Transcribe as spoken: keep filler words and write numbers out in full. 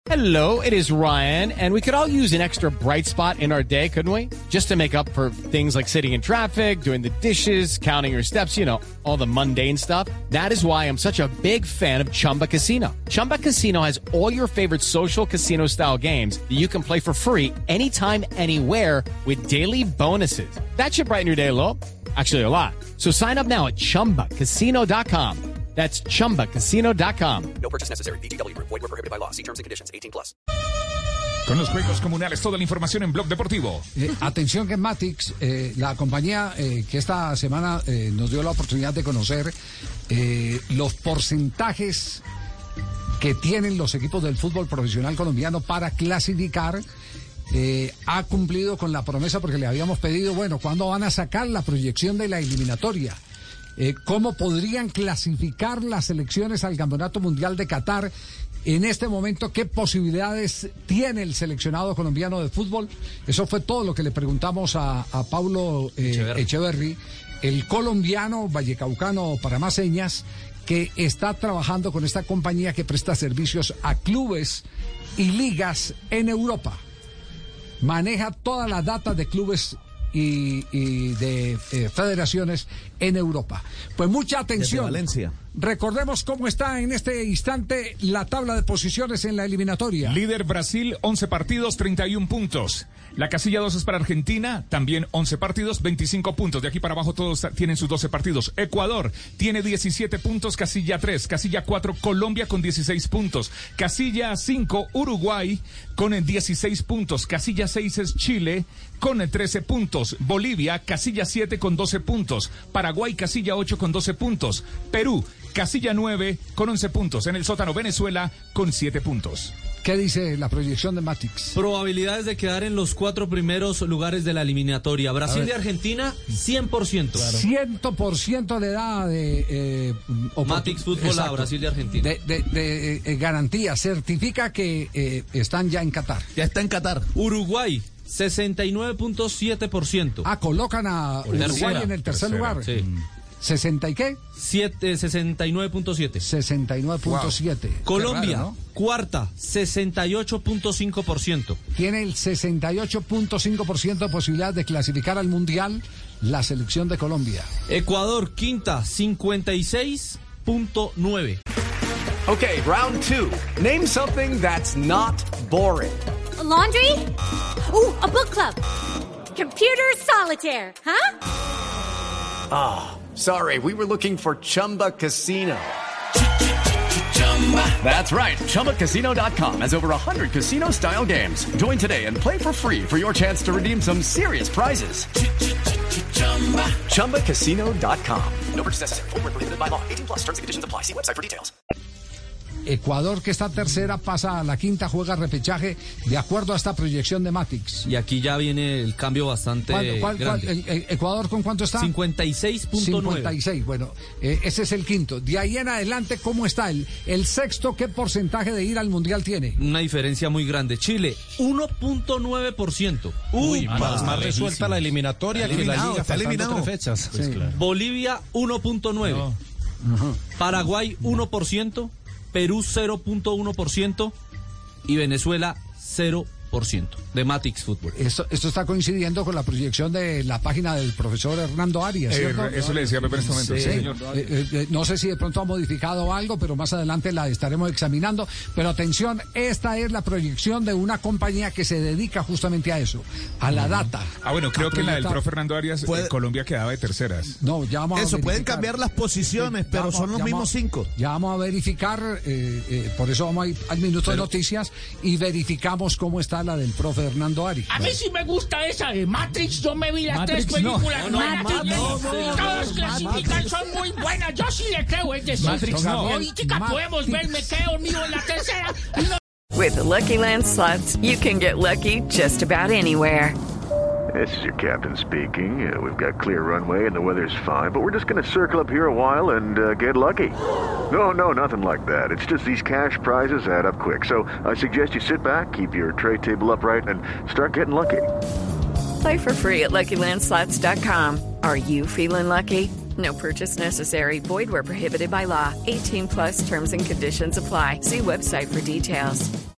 Hello, it is Ryan, and we could all use an extra bright spot in our day, couldn't we? Just to make up for things like sitting in traffic, doing the dishes, counting your steps, you know, all the mundane stuff. That is why I'm such a big fan of Chumba Casino. Chumba Casino has all your favorite social casino-style games that you can play for free anytime, anywhere with daily bonuses. That should brighten your day a little. Actually, a lot. So sign up now at chumba casino dot com. That's chumba casino dot com. No purchase necessary. V G W Group. Void where prohibited by law. See terms and conditions. eighteen plus. Con los juegos comunales, toda la información en Blog Deportivo. Eh, atención que Matix, eh, la compañía eh, que esta semana eh, nos dio la oportunidad de conocer eh, los porcentajes que tienen los equipos del fútbol profesional colombiano para clasificar. Eh, ha cumplido con la promesa porque le habíamos pedido, bueno, ¿cuándo van a sacar la proyección de la eliminatoria? Eh, ¿Cómo podrían clasificar las selecciones al Campeonato Mundial de Qatar? En este momento, ¿qué posibilidades tiene el seleccionado colombiano de fútbol? Eso fue todo lo que le preguntamos a, a Paulo eh, Echeverri. Echeverri, el colombiano vallecaucano para más señas, que está trabajando con esta compañía que presta servicios a clubes y ligas en Europa. Maneja toda la data de clubes y, y de eh, federaciones en Europa. Pues mucha atención. Desde Valencia. Recordemos cómo está en este instante la tabla de posiciones en la eliminatoria. Líder Brasil, once partidos, treinta y un puntos. La casilla dos es para Argentina, también once partidos, veinticinco puntos. De aquí para abajo todos tienen sus doce partidos. Ecuador tiene diecisiete puntos, casilla tres. Casilla cuatro, Colombia con dieciséis puntos. Casilla cinco, Uruguay con dieciséis puntos. Casilla seis es Chile con trece puntos. Bolivia, casilla siete con doce puntos. Paraguay, casilla ocho con doce puntos. Perú, casilla nueve con once puntos. En el sótano, Venezuela con siete puntos. ¿Qué dice la proyección de Matix? Probabilidades de quedar en los cuatro primeros lugares de la eliminatoria. Brasil y Argentina, cien por ciento. Claro. cien por ciento le da de... Eh, Matix Fútbol. Exacto, a Brasil y Argentina. De, de, de eh, garantía, certifica que eh, están ya en Qatar. Ya está en Qatar. Uruguay, sesenta y nueve punto siete por ciento. Ah, colocan a Uruguay tercera, en el tercer tercera, lugar. Sí. ¿sesenta y qué? sesenta y nueve punto siete. sesenta y nueve punto siete. Wow. Colombia, raro, ¿no? Cuarta, sesenta y ocho punto cinco por ciento. Tiene el sesenta y ocho punto cinco por ciento de posibilidad de clasificar al Mundial la selección de Colombia. Ecuador, quinta, cincuenta y seis punto nueve. Okay, round two. Name something that's not boring. A laundry? Ooh, a book club. Computer solitaire, huh? Ah, oh, sorry, we were looking for Chumba Casino. That's right, Chumba Casino dot com has over one hundred casino-style games. Join today and play for free for your chance to redeem some serious prizes. Chumba Casino dot com. No purchase necessary. Void where prohibited by law. eighteen plus terms and conditions apply. See website for details. Ecuador, que está tercera, pasa a la quinta, juega repechaje de acuerdo a esta proyección de Matix. Y aquí ya viene el cambio bastante ¿Cuál, cuál, grande. Cuál, el, el ¿Ecuador con cuánto está? cincuenta y seis punto nueve. cincuenta y seis, bueno, eh, ese es el quinto. De ahí en adelante, ¿cómo está? El, el sexto, ¿qué porcentaje de ir al Mundial tiene? Una diferencia muy grande. Chile, uno punto nueve por ciento. Uy, ah, más, no, más resuelta la eliminatoria que la liga, está eliminado. Tres fechas. Pues sí. Claro. Bolivia, uno punto nueve. No. Uh-huh. Paraguay, uno por ciento. Perú cero punto uno por ciento y Venezuela cero por ciento de Matix Fútbol. Esto, esto está coincidiendo con la proyección de la página del profesor Hernando Arias, ¿cierto? Eh, eso le decía Pepe en este momento. Sí, sí, señor. Eh, eh, no sé si de pronto ha modificado algo, pero más adelante la estaremos examinando. Pero atención, esta es la proyección de una compañía que se dedica justamente a eso, a la data. Ah, bueno, creo que la del profe Hernando Arias, eh, Colombia quedaba de terceras. No, ya vamos eso, a pueden cambiar las posiciones, pero vamos, son los mismos vamos, cinco. Ya vamos a verificar, eh, eh, por eso vamos a ir al minuto pero, de noticias y verificamos cómo está la del profe Hernando Arias. A mí sí me gusta esa de Matrix, yo me vi las Matrix, tres películas. no, no, Matrix, no, no, no, todas no, clasifican, son muy buenas, yo sí le creo, es decir, Matrix, no. Hoy, chica, Matrix. podemos ver, me quedo mío en la tercera. Y no... With the Lucky Land Slots, you can get lucky just about anywhere. This is your captain speaking. Uh, we've got clear runway and the weather's fine, but we're just going to circle up here a while and uh, get lucky. No, no, nothing like that. It's just these cash prizes add up quick. So I suggest you sit back, keep your tray table upright, and start getting lucky. Play for free at Lucky Land Slots dot com. Are you feeling lucky? No purchase necessary. Void where prohibited by law. eighteen plus terms and conditions apply. See website for details.